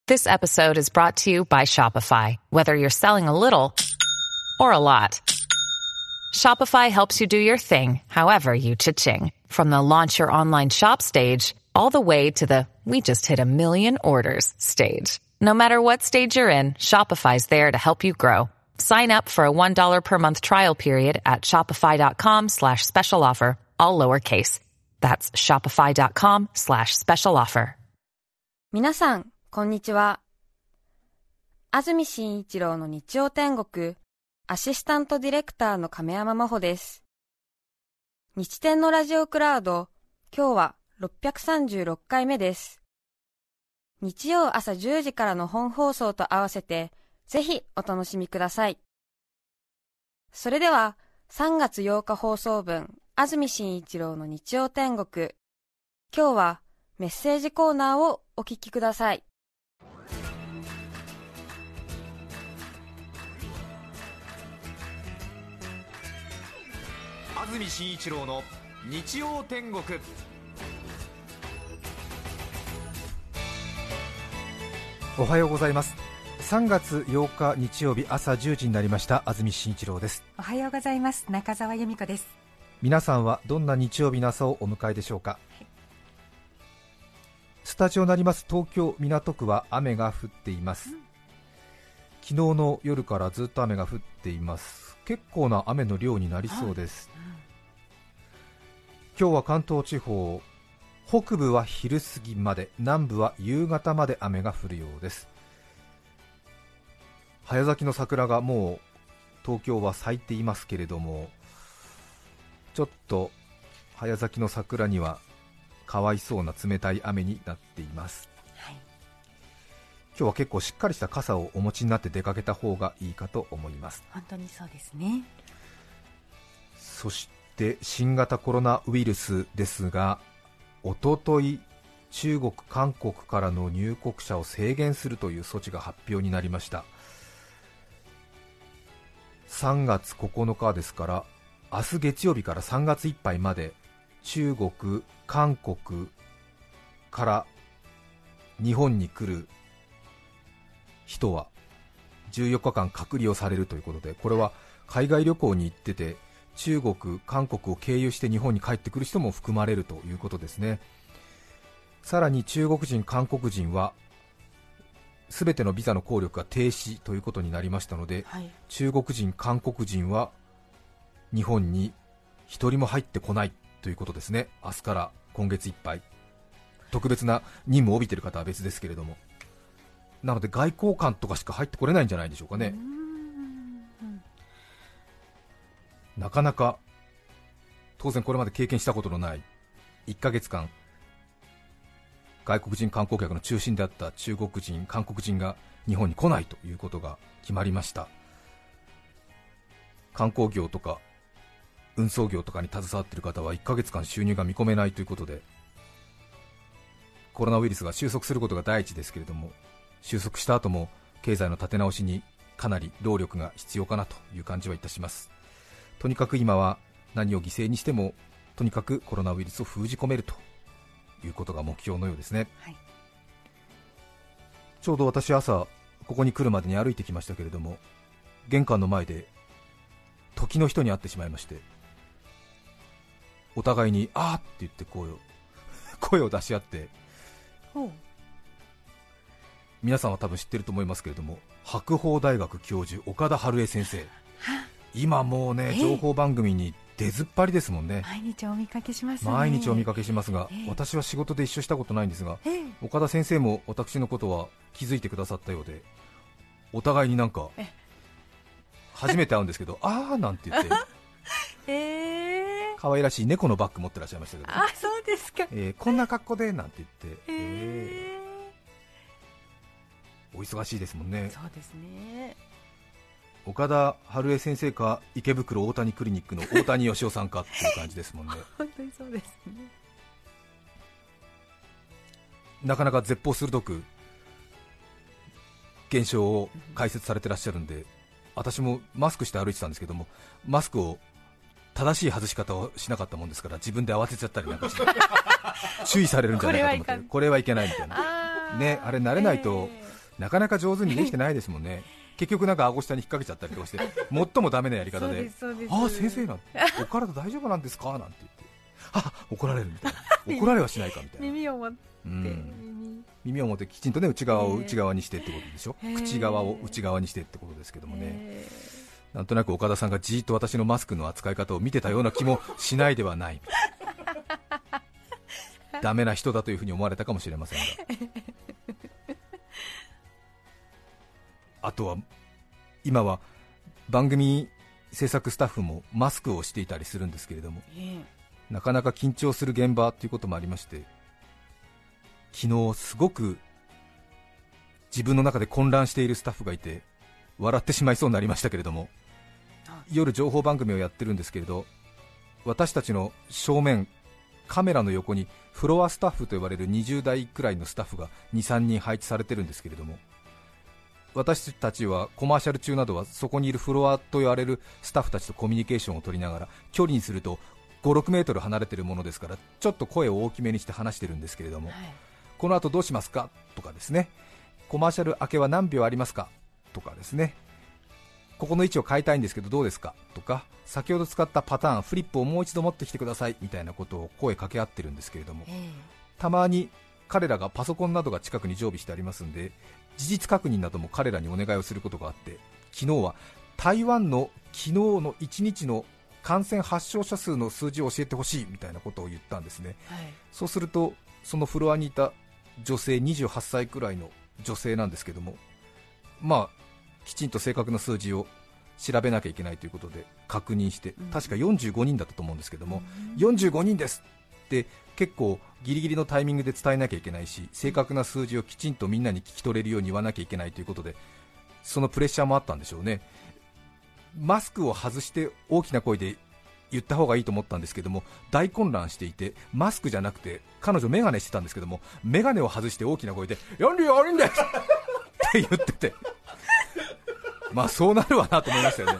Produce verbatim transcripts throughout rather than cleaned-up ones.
This episode is brought to you by Shopify. Whether you're selling a little or a lot, Shopify helps you do your thing, however you cha-ching. From the launch your online shop stage, all the way to the we just hit a million orders stage. No matter what stage you're in, Shopify's there to help you grow. Sign up for a one dollar per month trial period at shopify.com slash special offer, all lowercase. That's shopify.com slash special offer. 皆さん、こんにちは。安住紳一郎の日曜天国、アシスタントディレクターの亀山真帆です。日天のラジオクラウド、今日はろっぴゃくさんじゅうろっかいめです。日曜朝じゅうじからの本放送と合わせて、ぜひお楽しみください。それでは、さんがつようか放送分、安住紳一郎の日曜天国。今日はメッセージコーナーをお聞きください。 安住紳一郎の日曜天国。 おはようございます。さんがつようか日曜日朝じゅうじになりました。安住紳一郎です。 おはようございます。中澤由美子です。 皆さんはどんな日曜日の朝をお迎えでしょうか。はい、スタジオになります東京港区は雨が降っています、うん、昨日の夜からずっと雨が降っています。結構な雨の量になりそうです、はい、うん、今日は関東地方、北部は昼過ぎまで、南部は夕方まで雨が降るようです。早咲きの桜がもう東京は咲いていますけれども、ちょっと早咲きの桜にはかわいそうな冷たい雨になっています、はい、今日は結構しっかりした傘をお持ちになって出かけた方がいいかと思います。 本当にそうですね。 そして新型コロナウイルスですが、おととい中国韓国からの入国者を制限するという措置が発表になりました。さんがつここのかですから、明日月曜日からさんがついっぱいまで中国韓国から日本に来る人はじゅうよっかかん隔離をされるということで、これは海外旅行に行ってて中国韓国を経由して日本に帰ってくる人も含まれるということですね。さらに中国人韓国人はすべてのビザの効力が停止ということになりましたので、はい、中国人韓国人は日本に一人も入ってこないということですね。明日から今月いっぱい、特別な任務を帯びている方は別ですけれども、なので外交官とかしか入ってこれないんじゃないでしょうかね。うん、なかなか当然これまで経験したことのないいっかげつかん外国人観光客の中心であった中国人韓国人が日本に来ないということが決まりました。観光業とか運送業とかに携わっている方はいっかげつかん収入が見込めないということで、コロナウイルスが収束することが第一ですけれども、収束した後も経済の立て直しにかなり労力が必要かなという感じはいたします。とにかく今は何を犠牲にしてもとにかくコロナウイルスを封じ込めるということが目標のようですね、はい、ちょうど私朝ここに来るまでに歩いてきましたけれども、玄関の前で時の人に会ってしまいまして、お互いにあーって言って声を声を出し合って、皆さんは多分知ってると思いますけれども、白鵬大学教授岡田春江先生、今もうね情報番組に出ずっぱりですもんね。 毎日お見かけしますね。 毎日お見かけしますが、えー、私は仕事で一緒したことないんですが、えー、岡田先生も私のことは気づいてくださったようで、お互いになんか初めて会うんですけどあーなんて言ってえー、可愛らしい猫のバッグ持ってらっしゃいましたけど、ね、 あ、そうですか、 えー、こんな格好でなんて言って、 えーえー、お忙しいですもんね。 そうですね。 岡田春江先生か池袋大谷クリニックの大谷義夫さんかっていう感じですもんね本当にそうですね。 なかなか絶望鋭く現象を解説されてらっしゃるんで、私もマスクして歩いてたんですけども、マスクを正しい外し方をしなかったもんですから、自分で慌てちゃったりなんかして注意されるんじゃないかと思って、これはいけないみたいなね、あれ慣れないとなかなか上手にできてないですもんね結局なんか顎下に引っ掛けちゃったりとかして最もダメなやり方で、ああ先生なんてお体大丈夫なんですかなんて言って、あ怒られるみたいな怒られはしないかみたいな耳を持って、 うん、 耳耳を持ってきちんとね内側をへー内側にしてってことでしょ、口側を内側にしてってことですけどもね、 へなんとなく岡田さんがじーっと私のマスクの扱い方を見てたような気もしないではないダメな人だというふうに思われたかもしれませんがあとは今は番組制作スタッフもマスクをしていたりするんですけれども、 えなかなか緊張する現場ということもありまして、昨日すごく自分の中で混乱しているスタッフがいて笑ってしまいそうになりましたけれども、夜情報番組をやってるんですけれど、私たちの正面カメラの横にフロアスタッフと呼ばれるにじゅう代くらいのスタッフが にさんにん配置されてるんですけれども、私たちはコマーシャル中などはそこにいるフロアと言われるスタッフたちとコミュニケーションを取りながら、距離にするとご、ろくメートル離れているものですからちょっと声を大きめにして話してるんですけれども、 はい、 この後どうしますかとかですね、コマーシャル明けは何秒ありますかとかですね、ここの位置を変えたいんですけどどうですかとか、先ほど使ったパターンフリップをもう一度持ってきてくださいみたいなことを声かけ合ってるんですけれども、 ええ、 たまに彼らがパソコンなどが近くに常備してありますんで、事実確認なども彼らにお願いをすることがあって、昨日は台湾の昨日のいちにちの感染発症者数の数字を教えてほしいみたいなことを言ったんですね、 はい、 そうするとそのフロアにいた女性にじゅうはっさいくらいの女性なんですけども、まあきちんと正確な数字を調べなきゃいけないということで確認して、 うん、 確かよんじゅうごにんだったと思うんですけども、うん、よんじゅうごにんですって結構ギリギリのタイミングで伝えなきゃいけないし、正確な数字をきちんとみんなに聞き取れるように言わなきゃいけないということで、そのプレッシャーもあったんでしょうね。マスクを外して大きな声で言った方がいいと思ったんですけども、大混乱していて、マスクじゃなくて彼女メガネしてたんですけども、メガネを外して大きな声でよんじゅうよにんですって言っててまあそうなるわなと思いましたよね。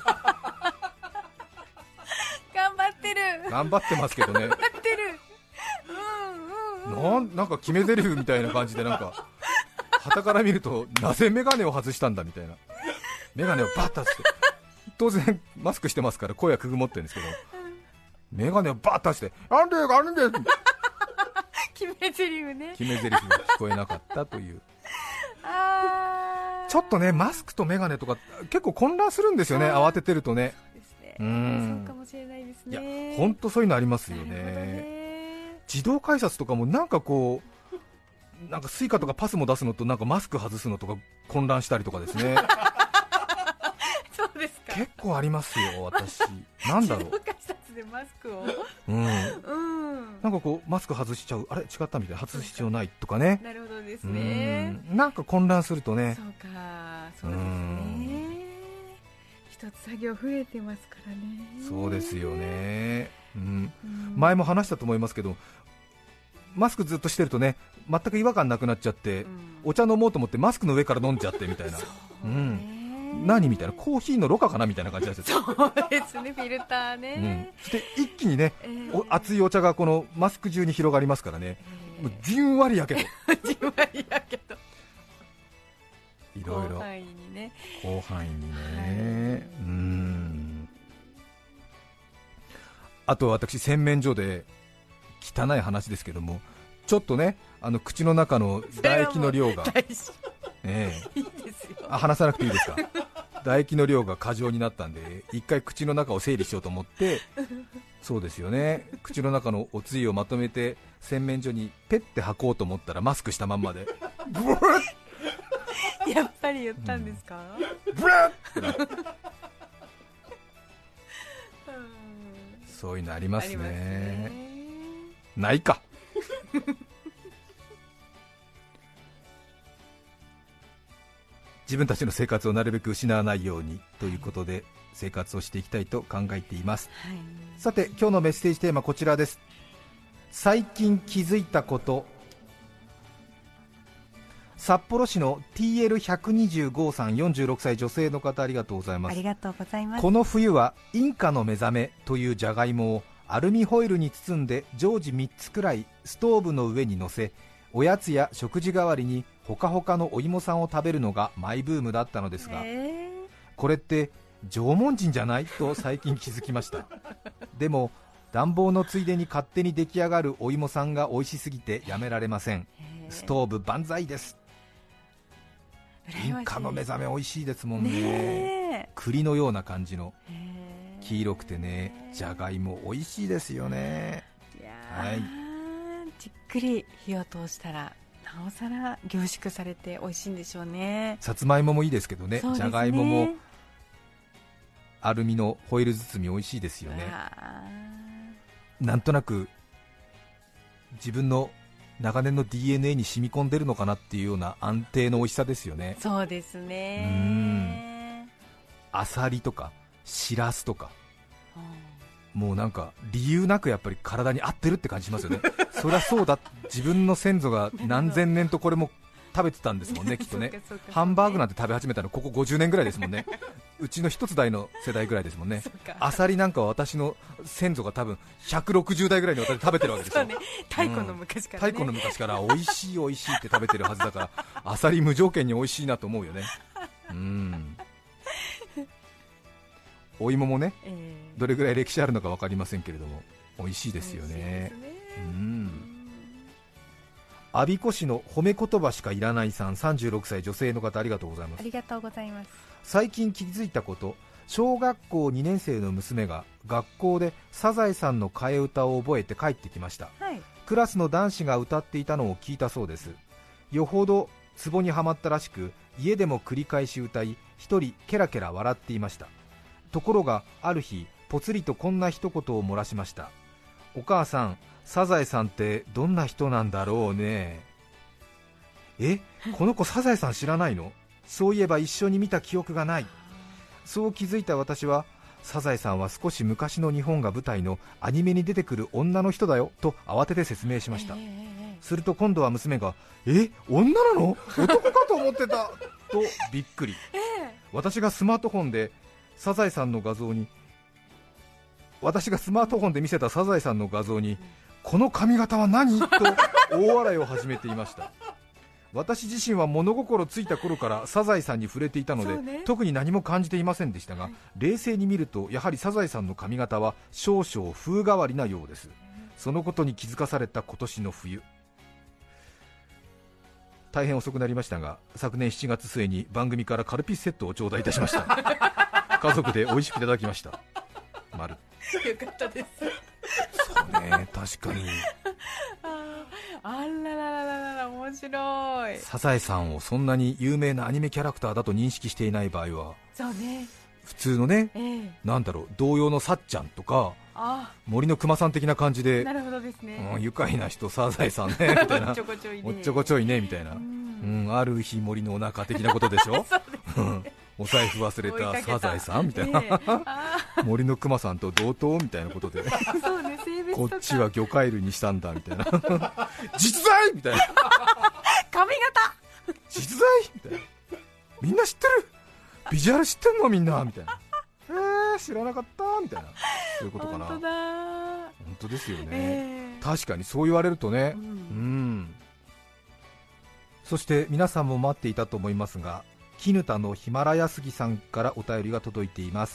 頑張ってる頑張ってますけどね、 頑張ってる、うんうんうん、 なんなんか決め台詞みたいな感じで、なんか傍から見るとなぜメガネを外したんだみたいな、メガネをバッと外して、当然マスクしてますから声はくぐもってるんですけど、メガネをバッと外してなんでなんで決め台詞ね、 決め台詞が聞こえなかったというあちょっとねマスクとメガネとか結構混乱するんですよね、慌ててるとね。 そうですね、 うーん、 そうかもしれないですいやね。 本当そういうのありますよなるほどね。 ね、 自動改札とかもなんかこうなんかスイカとかパスも出すのとなんかマスク外すのとか混乱したりとかですねそうですか、 結構ありますよ私なんだろう、 自動改札でマスクをうんうん、 なんかこうマスク外しちゃう、あれ違ったみたいな、外す必要ないとかね、 なるほどですうね、 んなんか混乱するとね、 そうか、そうですね、一つ作業増えてますからね。 そうですよね、うん、 うん前も話したと思いますけど、マスクずっとしてるとね全く違和感なくなっちゃって、 うん、 お茶飲もうと思ってマスクの上から飲んじゃってみたいな、 そうね、 うん、何みたいな、コーヒーのろ過かなみたいな感じなんですよ。 そうですね、フィルターね、 うん、そして一気にね、 えーお熱いお茶がこのマスク中に広がりますからね、 えーもうじんわりやけどじんわりやけどいろいろ広範囲にね、 広範囲にね、 はい、 うーんあと私洗面所で汚い話ですけども、ちょっとねあの口の中の唾液の量が、 大事、 ええ、 いいですよ、 あ話さなくていいですか唾液の量が過剰になったんで一回口の中を整理しようと思って、そうですよね、口の中のおつゆをまとめて洗面所にペッて吐こうと思ったらマスクしたまんまでブワッやっぱり言ったんですか、 ブラッってなってうんそういうのありますね。 ありますね、 ないか自分たちの生活をなるべく失わないようにということで生活をしていきたいと考えています。 はい、 さて今日のメッセージテーマこちらです。最近気づいたこと。札幌市の ティーエルひゃくにじゅうご さん、よんじゅうろくさい女性の方、ありがとうございます。 ありがとうございます。 この冬はインカの目覚めというじゃがいもをアルミホイルに包んで常時みっつくらいストーブの上に乗せ、 おやつや食事代わりにほかほかのお芋さんを食べるのがマイブームだったのですが、 えこれって縄文人じゃないと最近気づきましたでも暖房のついでに勝手に出来上がるお芋さんが美味しすぎてやめられません。ストーブ万歳です。インカの目覚め美味しいですもん ね, ね栗のような感じの黄色くてね、じゃがいも美味しいですよね。 いや、 はい、 じっくり火を通したらなおさら凝縮されて美味しいんでしょうね。 さつまいももいいですけど ね, ねじゃがいももアルミのホイル包み美味しいですよね。なんとなく自分の長年の ディーエヌエー に染み込んでるのかなっていうような安定の美味しさですよね。 そうですね。 うーん、アサリとかシラスとか、もうなんか理由なくやっぱり体に合ってるって感じしますよねそりゃそうだ、自分の先祖が何千年とこれも食べてたんですもんねきっとね。ハンバーグなんて食べ始めたのここごじゅうねんぐらいですもんねうちの一つ代の世代ぐらいですもんね。アサリなんかは私の先祖が多分ひゃくろくじゅう代ぐらいに私食べてるわけですよ。 そうね、太古の昔から、ね、 うん、太古の昔から美味しい美味しいって食べてるはずだからアサリ無条件に美味しいなと思うよね。うん、お芋もね、えー、どれぐらい歴史あるのか分かりませんけれども美味しいですよね。うん、我孫子市の褒め言葉しかいらないさん、さんじゅうろくさい女性の方、ありがとうございます。 ありがとうございます。 最近気づいたこと、小学校にねん生の娘が学校でサザエさんの替え歌を覚えて帰ってきました、はい、クラスの男子が歌っていたのを聞いたそうです。よほどツボにはまったらしく、家でも繰り返し歌い、一人ケラケラ笑っていました。ところがある日、ぽつりとこんな一言を漏らしました。お母さん、サザエさんってどんな人なんだろうね。え、この子サザエさん知らないの？そういえば一緒に見た記憶がない。そう気づいた私は、サザエさんは少し昔の日本が舞台のアニメに出てくる女の人だよと慌てて説明しました、えー、すると今度は娘が、え、女なの？男かと思ってたとびっくり、えー、私がスマートフォンでサザエさんの画像に私がスマートフォンで見せたサザエさんの画像に、この髪型は何と大笑いを始めていました。私自身は物心ついた頃からサザエさんに触れていたので、ね、特に何も感じていませんでしたが、はい、冷静に見るとやはりサザエさんの髪型は少々風変わりなようです。そのことに気づかされた今年の冬、大変遅くなりましたが、昨年しちがつ末に番組からカルピスセットを頂戴いたしました家族で美味しくいただきました。丸よかったです。 そうね、確かにあららららら、面白い。 サザエさんをそんなに有名なアニメキャラクターだと認識していない場合は、 そうね、 普通のね、 えー、 なんだろう、童謡のさっちゃんとか森のくまさん的な感じで、 なるほどですね、 うん、愉快な人サザエさんねみたいなおっちょこちょいね、おっちょこちょいねみたいな、うん、うん、ある日森のお腹的なことでしょそうですねお財布忘れたサザエさんみたいな、えー、森のくまさんと同等みたいなことでそうね、性別とかこっちは魚介類にしたんだみたいな実在みたいな髪型実在みたいな、みんな知ってる、ビジュアル知ってんのみんなみたいな、えー、知らなかったみたいな、そういうことかな。 本当だ、 本当ですよね、 えー、 確かにそう言われるとね、うん、うん。そして皆さんも待っていたと思いますが、絹田のヒマラヤ杉さんからお便りが届いています。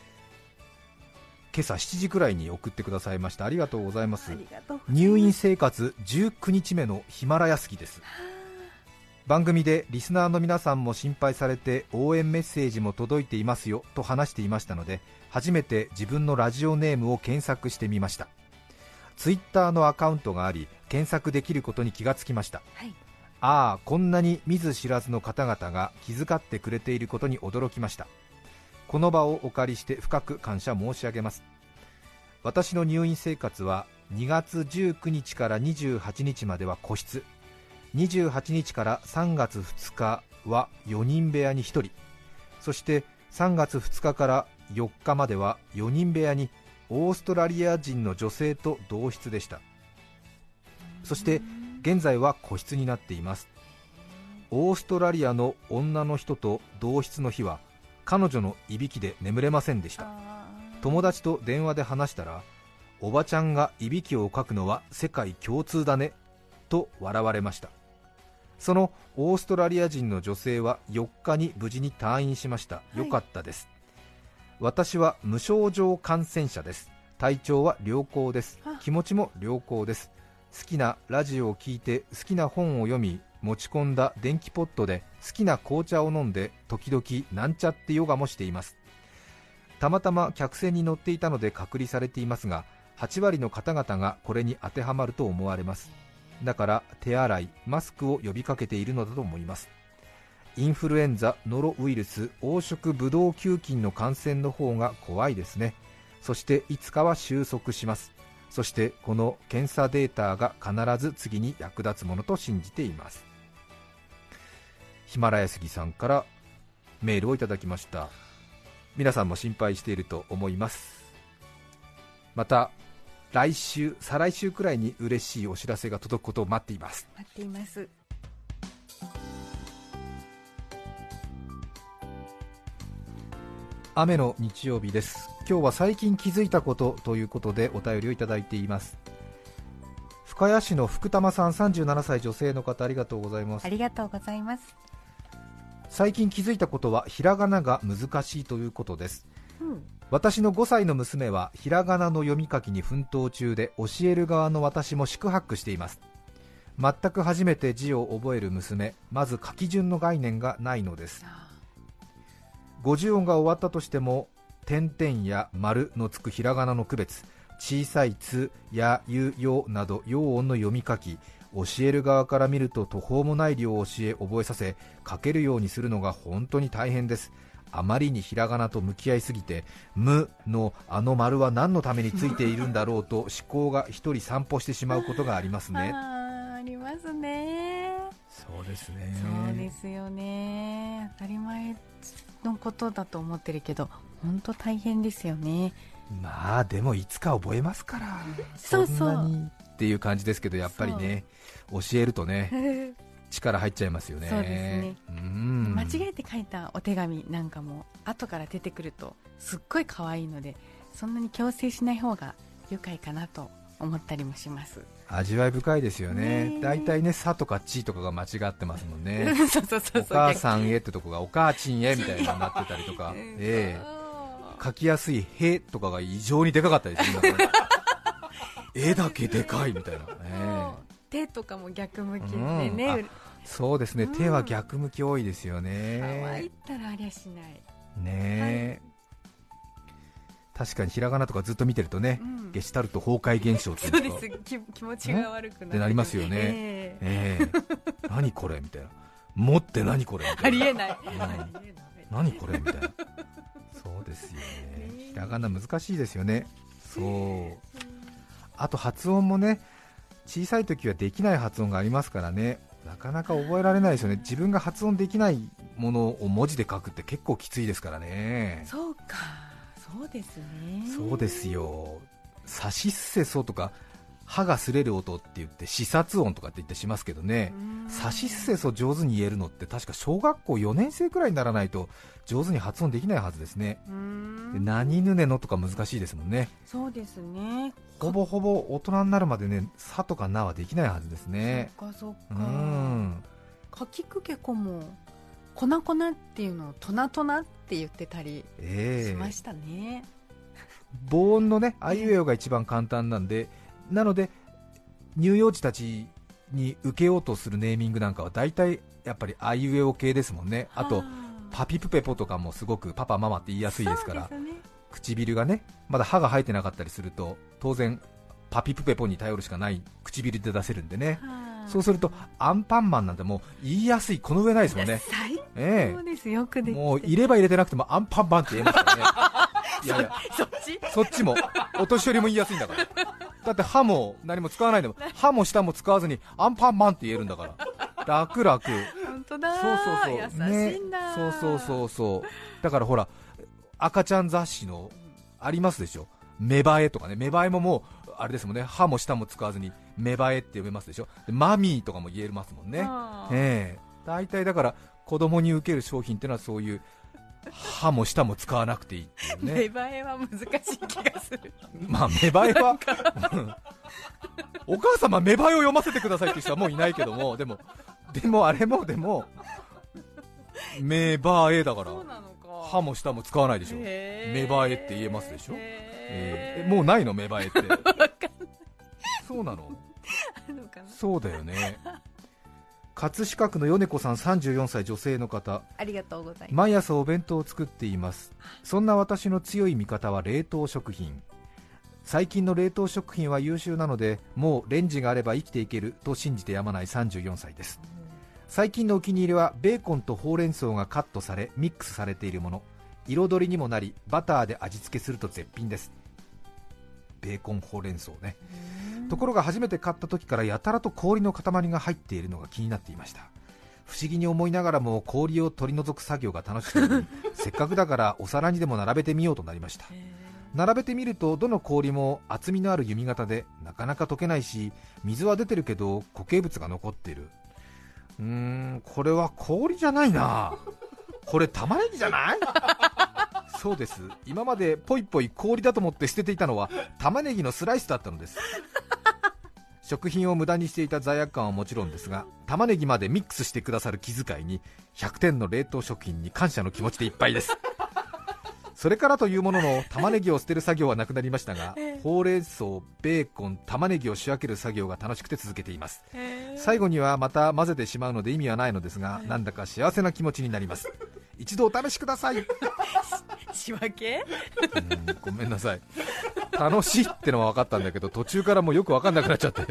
今朝しちじくらいに送ってくださいました。ありがとうございます。入院生活じゅうくにちめのヒマラヤ杉です。番組でリスナーの皆さんも心配されて応援メッセージも届いていますよと話していましたので、初めて自分のラジオネームを検索してみました。ツイッターのアカウントがあり、検索できることに気がつきました、はい、ああ、こんなに見ず知らずの方々が気遣ってくれていることに驚きました。この場をお借りして深く感謝申し上げます。私の入院生活はにがつじゅうくにちからにじゅうはちにちまでは個室、にじゅうはちにちからさんがつふつかはよにん部屋にひとり、そしてさんがつふつかからよっかまではよにん部屋にオーストラリア人の女性と同室でした。そして現在は個室になっています。オーストラリアの女の人と同室の日は彼女のいびきで眠れませんでした。友達と電話で話したら、おばちゃんがいびきをかくのは世界共通だねと笑われました。そのオーストラリア人の女性はよっかに無事に退院しました。よかったです、はい、私は無症状感染者です。体調は良好です。気持ちも良好です。好きなラジオを聞いて、好きな本を読み、持ち込んだ電気ポットで好きな紅茶を飲んで、時々なんちゃってヨガもしています。たまたま客船に乗っていたので隔離されていますが、はち割の方々がこれに当てはまると思われます。だから手洗い、マスクを呼びかけているのだと思います。インフルエンザ、ノロウイルス、黄色ブドウ球菌の感染の方が怖いですね。そしていつかは収束します。そしてこの検査データが必ず次に役立つものと信じています。ヒマラヤスギさんからメールをいただきました。皆さんも心配していると思います。また来週、再来週くらいに嬉しいお知らせが届くことを待っています。 待っています。 雨の日曜日です。今日は最近気づいたことということでお便りをいただいています。深谷市の福玉さん、さんじゅうななさい女性の方、ありがとうございます。 ありがとうございます。 最近気づいたことはひらがなが難しいということです、うん、私のごさいの娘はひらがなの読み書きに奮闘中で、教える側の私も四苦八苦しています。全く初めて字を覚える娘、まず書き順の概念がないのです。ごじゅう音が終わったとしても、点々や丸のつくひらがなの区別、小さいつ、や、ゆ、よなど陽音の読み書き、教える側から見ると途方もない量を教え覚えさせ、書けるようにするのが本当に大変です。あまりにひらがなと向き合いすぎて、無のあの丸は何のためについているんだろうと思考が一人散歩してしまうことがありますね。 あ, ありますね。 そうですね。 そうですよね。当たり前のことだと思ってるけど、本当大変ですよね。 まあでもいつか覚えますから、 そうそうそんなにっていう感じですけど、やっぱりね、教えるとね力入っちゃいますよね。 そうですね。 うん、 間違えて書いたお手紙なんかも後から出てくるとすっごい可愛いので、そんなに強制しない方が愉快かなと思ったりもします。 味わい深いですよね。だいたいね、さとかちとかが間違ってますもんね。 そうそうそうそう、 お母さんへってとこがお母ちんへみたいになってたりとか、えー、書きやすいへとかが異常にでかかったりするんだから絵だけでかいみたいな、ね、 手とかも逆向きでね、 うん、そうですね、うん、手は逆向き多いですよね。 乾いたらありゃしないね、はい、確かにひらがなとかずっと見てるとね、うん、ゲシュタルト崩壊現象っていうか、 そうです、気, 気持ちが悪くなるってなりますよね、えーえー、何これみたいな、持って何これみたいな、 ありえない、うん、 何これみたいなそうですよね、ひらがな難しいですよね。そう、あと発音もね、小さい時はできない発音がありますからね、なかなか覚えられないですよね。自分が発音できないものを文字で書くって結構きついですからね。 そうか、そうですね。 そうですよ。さしすせそとか歯が擦れる音って言って視察音とかって言ってしますけどね、さしすせそ上手に言えるのって確か小学校よねん生くらいにならないと上手に発音できないはずですね。うーん、で何ぬねのとか難しいですもんね。 そうですね。 ほぼほぼ大人になるまでね、さとかなはできないはずですね。 そっかそっか。 うん、 かきくけこも粉粉っていうのをトナトナって言ってたりしましたね、 えー、母音のね、あいうえおが一番簡単なんで、なので乳幼児たちに受けようとするネーミングなんかは大体やっぱりあいうえお系ですもんね。あとパピプペポとかもすごくパパママって言いやすいですから、ね、唇がね、まだ歯が生えてなかったりすると当然パピプペポに頼るしかない唇で出せるんでね。そうするとアンパンマンなんてもう言いやすいこの上ないですもんね。 最高です、 ええ、 よくできて、 もう入れ歯入れてなくてもアンパンマンって言えますからねいやいや、 そっちそっちもお年寄りも言いやすいんだからだって歯も何も使わないでも歯も舌も使わずにアンパンマンって言えるんだから楽々。 本当だ、 そうそうそう、 優しいんだ、 ね、そうそうそうそう。だからほら赤ちゃん雑誌のありますでしょ、芽生えとかね。芽生えももうあれですもんね、歯も舌も使わずに芽生えって読めますでしょ。でマミーとかも言えますもんね。ええ、大体だから子供に受ける商品っていうのはそういう歯も舌も使わなくていいっていうね。 芽生えは難しい気がする。 まあ芽生えはうんお母様芽生えを読ませてくださいって人はもういないけども、でもでもあれもでも芽生えだからそうなのか。 歯も舌も使わないでしょ。 へー芽生えって言えますでしょ。 へーえーもうないの芽生えって。 わかんない。 そうなの。 あるのかな。 そうだよね。葛飾区の米子さんさんじゅうよんさい女性の方、 ありがとうございます。 毎朝お弁当を作っています。そんな私の強い味方は冷凍食品。最近の冷凍食品は優秀なので、もうレンジがあれば生きていけると信じてやまないさんじゅうよんさいです。最近のお気に入りはベーコンとほうれん草がカットされミックスされているもの。彩りにもなりバターで味付けすると絶品です。ベーコンほうれん草ね。ところが初めて買った時からやたらと氷の塊が入っているのが気になっていました。不思議に思いながらも氷を取り除く作業が楽しくなりせっかくだからお皿にでも並べてみようとなりました。並べてみるとどの氷も厚みのある弓形でなかなか溶けないし、水は出てるけど固形物が残っている。うーんこれは氷じゃないな、これ玉ねぎじゃないそうです、今までポイポイ氷だと思って捨てていたのは玉ねぎのスライスだったのです。食品を無駄にしていた罪悪感はもちろんですが、玉ねぎまでミックスしてくださる気遣いにひゃくてんの冷凍食品に感謝の気持ちでいっぱいです。それからというものの玉ねぎを捨てる作業はなくなりましたが、ほうれん草、ベーコン、玉ねぎを仕分ける作業が楽しくて続けています。最後にはまた混ぜてしまうので意味はないのですが、なんだか幸せな気持ちになります。一度お試しください。 仕分けうんごめんなさい、楽しいってのは分かったんだけど途中からもうよく分かんなくなっちゃって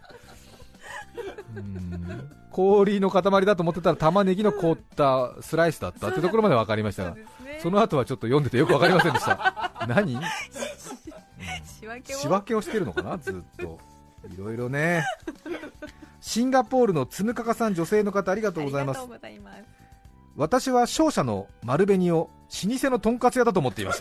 うん氷の塊だと思ってたら玉ねぎの凍ったスライスだったってところまで分かりましたが、 そ,、ね、その後はちょっと読んでてよく分かりませんでした何、うん、 仕分けを仕分けをしてるのかな、ずっといろいろね。シンガポールのつむかかさん、女性の方、ありがとうございます。 ありがとうございます。 私は商社の丸紅を老舗のとんかつ屋だと思っていました。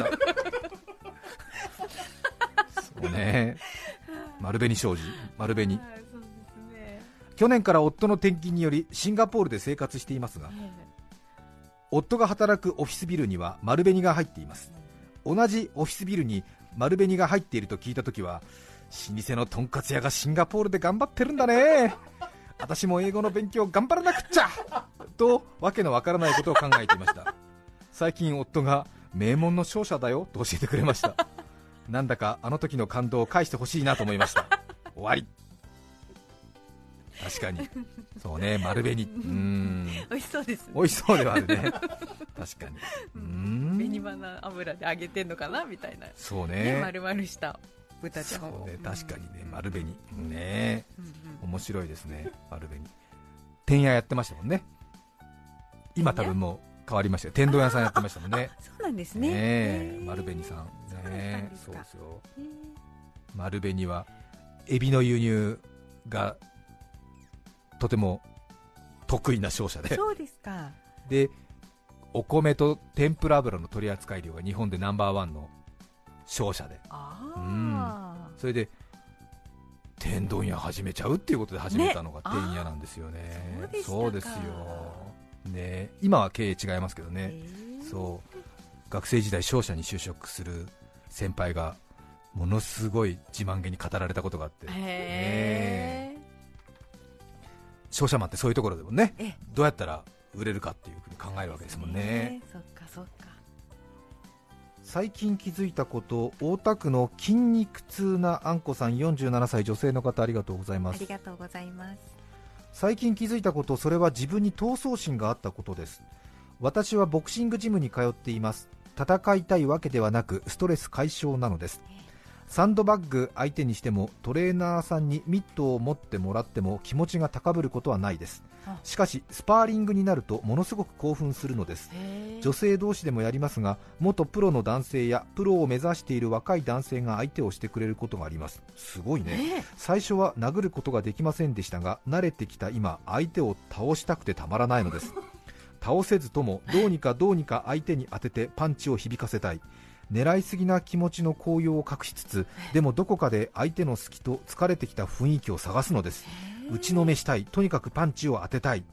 そうね、丸紅商事、丸紅。 そうですね。 去年から夫の転勤によりシンガポールで生活していますが、夫が働くオフィスビルには丸紅が入っています。同じオフィスビルに丸紅が入っていると聞いたときは、老舗のとんかつ屋がシンガポールで頑張ってるんだね、私も英語の勉強頑張らなくっちゃとわけのわからないことを考えていました。最近夫が名門の商社だよと教えてくれました。なんだかあの時の感動を返してほしいなと思いました。終わり。確かにそうね、丸紅、うーん美味しそうですね。 美味しそうではあるね。確かに、うーん紅花油で揚げてんのかなみたいな。 そうね、 丸々した豚ちゃんを。 そうね、確かにね、丸紅ね、 うんうん、 面白いですね、丸紅。天屋やってましたもんね。今多分もう変わりましたよ、天丼屋さんやってましたもんね。 そうなんですね。 ね丸紅さんね、 そそううですよ。 へー丸紅はエビの輸入がとても得意な商社で、 そうですか。 でお米と天ぷら油の取り扱い量が日本でナンバーワンの商社で、 あそれで天丼屋始めちゃうっていうことで始めたのが天屋なんですよね。 そうでしたか。 そうですよ、ね、今は経営違いますけどね。そう学生時代商社に就職する先輩がものすごい自慢げに語られたことがあって、 へー、 ね、商社マンってそういうところでもね、 えどうやったら売れるかっていうふうに考えるわけですもんね。 そっかそっか。 最近気づいたこと、大田区の筋肉痛なあんこさん、よんじゅうななさい女性の方、ありがとうございます。 ありがとうございます。 最近気づいたこと、それは自分に闘争心があったことです。私はボクシングジムに通っています。戦いたいわけではなくストレス解消なのです。サンドバッグ相手にしてもトレーナーさんにミットを持ってもらっても気持ちが高ぶることはないです。しかしスパーリングになるとものすごく興奮するのです。女性同士でもやりますが、元プロの男性やプロを目指している若い男性が相手をしてくれることがあります。すごいね。最初は殴ることができませんでしたが、慣れてきた今、相手を倒したくてたまらないのです。倒せずともどうにかどうにか相手に当ててパンチを響かせたい。狙いすぎな気持ちの高揚を隠しつつ、でもどこかで相手の隙と疲れてきた雰囲気を探すのです。打ちのめしたい、とにかくパンチを当てたい。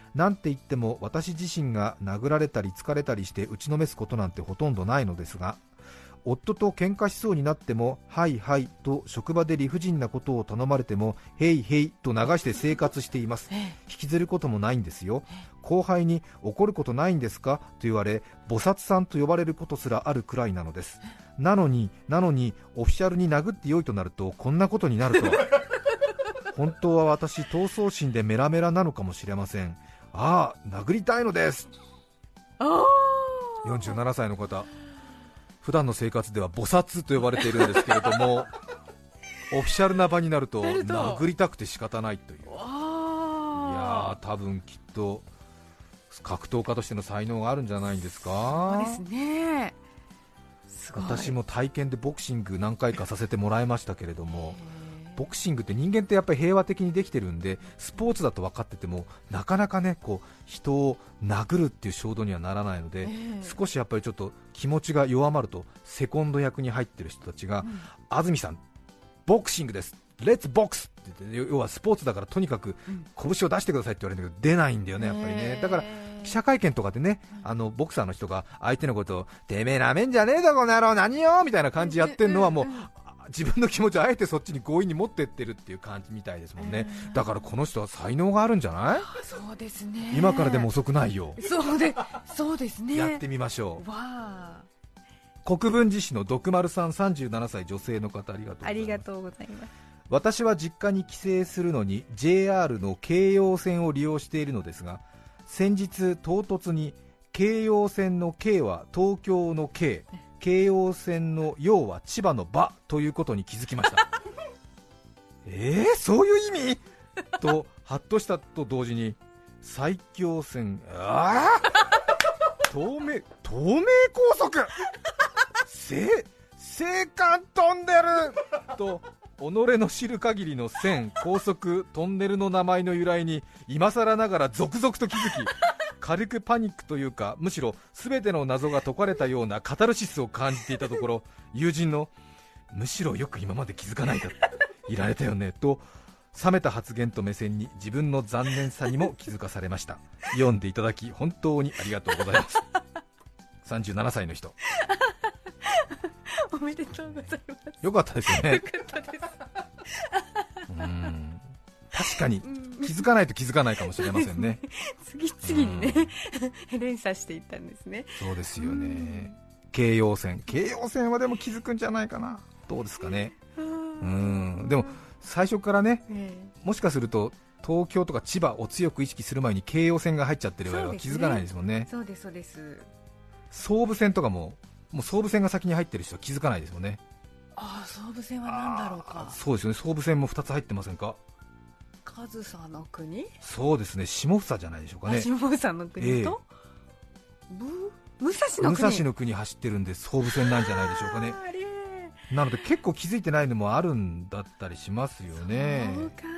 なんて言っても私自身が殴られたり疲れたりして打ちのめすことなんてほとんどないのですが、夫と喧嘩しそうになってもはいはいと職場で理不尽なことを頼まれてもへいへいと流して生活しています。引きずることもないんですよ。後輩に怒ることないんですかと言われ、菩薩さんと呼ばれることすらあるくらいなのです。なのになのにオフィシャルに殴ってよいとなるとこんなことになるとは本当は私闘争心でメラメラなのかもしれません。ああ、殴りたいのです。よんじゅうななさいの方、普段の生活では菩薩と呼ばれているんですけれどもオフィシャルな場になると殴りたくて仕方ないという。いやー、多分きっと格闘家としての才能があるんじゃないんですか。 そうですね。すごい。 私も体験でボクシング何回かさせてもらいましたけれども、ボクシングって人間ってやっぱり平和的にできてるんで、スポーツだと分かっててもなかなかね、こう人を殴るっていう衝動にはならないので、えー、少しやっぱりちょっと気持ちが弱まるとセコンド役に入ってる人たちが、うん、安住さんボクシングです、レッツボックスって言って、要はスポーツだからとにかく拳を出してくださいって言われるんだけど出ないんだよね、やっぱりね、えー、だから記者会見とかでね、あのボクサーの人が相手のことをてめえなめんじゃねえだこの野郎何よみたいな感じやってるのはもう自分の気持ちをあえてそっちに強引に持ってってるっていう感じみたいですもんね、えー、だからこの人は才能があるんじゃない？ そうですね。 今からでも遅くないよ。 そうで、そうですね。 やってみましょう。 わ国分寺市の徳丸さん、さんじゅうななさい女性の方、ありがとうございます。 ありがとうございます。 私は実家に帰省するのに ジェイアール の京葉線を利用しているのですが、先日唐突に京葉線の京は東京の京、京葉線の葉は千葉の場ということに気づきましたえー、そういう意味とハッとしたと同時に、埼京線、あ東名東名高速青函トンネルと己の知る限りの線、高速、トンネルの名前の由来に今更ながら続々と気づき、軽くパニックというか、むしろ全ての謎が解かれたようなカタルシスを感じていたところ、友人のむしろよく今まで気づかないでいられたよねと冷めた発言と目線に自分の残念さにも気づかされました。読んでいただき本当にありがとうございますさんじゅうななさいの人おめでとうございます。 よかったですよね。 よかったですうーん、確かに気づかないと気づかないかもしれませんね次々にね連鎖していったんですね。 そうですよね。京葉線、京葉線はでも気づくんじゃないかな。どうですかね。うーん、でも最初からね、えー、もしかすると東京とか千葉を強く意識する前に京葉線が入っちゃってる場合は気づかないですもんね。 そうですそうです。 総武線とかももう総武線が先に入ってる人は気づかないですもんね。 ああ、総武線は何だろうか。 そうですよね、総武線もふたつ入ってませんか。 上総の国。 そうですね、下総じゃないでしょうかね。 下総の国と、えー、武蔵の国。 武蔵の国走ってるんで総武線なんじゃないでしょうかねなので結構気づいてないのもあるんだったりしますよね。 そうか。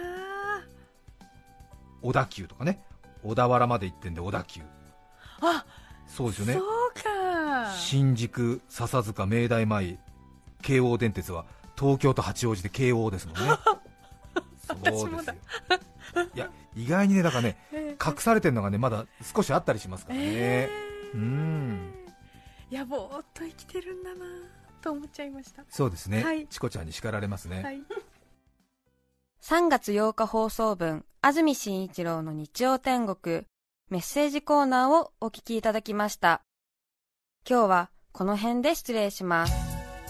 小田急とかね、小田原まで行ってんで小田急。 あ、 そうですよね。 そうか。 新宿、笹塚、明大前、京王電鉄は東京と八王子で京王ですもんねそうですよ。いや、意外にね、だからね、隠されてるのがね、まだ少しあったりしますからね、えー、うーん、 いや、ぼーっと生きてるんだなと思っちゃいました。 そうですね、 はい、 チコちゃんに叱られますね、 はい、 さんがつようか放送分、安住紳一郎の日曜天国、メッセージコーナーをお聞きいただきました。今日はこの辺で失礼します。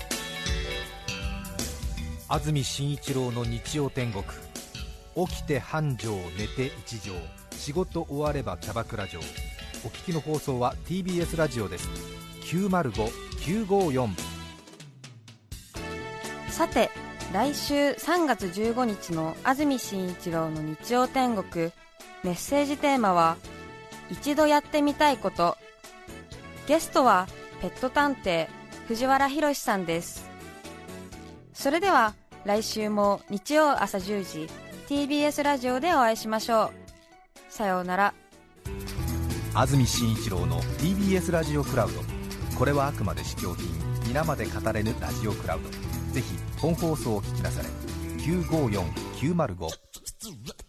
安住紳一郎の日曜天国、起きて半畳寝て一畳、仕事終わればキャバクラ嬢。お聞きの放送は ティービーエス ラジオです。きゅうまるご きゅうごよん。 さて、来週さんがつじゅうごにちの安住紳一郎の日曜天国、メッセージテーマは一度やってみたいこと。ゲストはペット探偵藤原宏さんです。それでは来週も日曜朝じゅうじ ティービーエス ラジオでお会いしましょう。さようなら。 安住紳一郎の ティービーエス ラジオクラウド。これはあくまで試供品、皆まで語れぬラジオクラウド。ぜひ本放送を聞きなされ。きゅうごよん きゅうまるご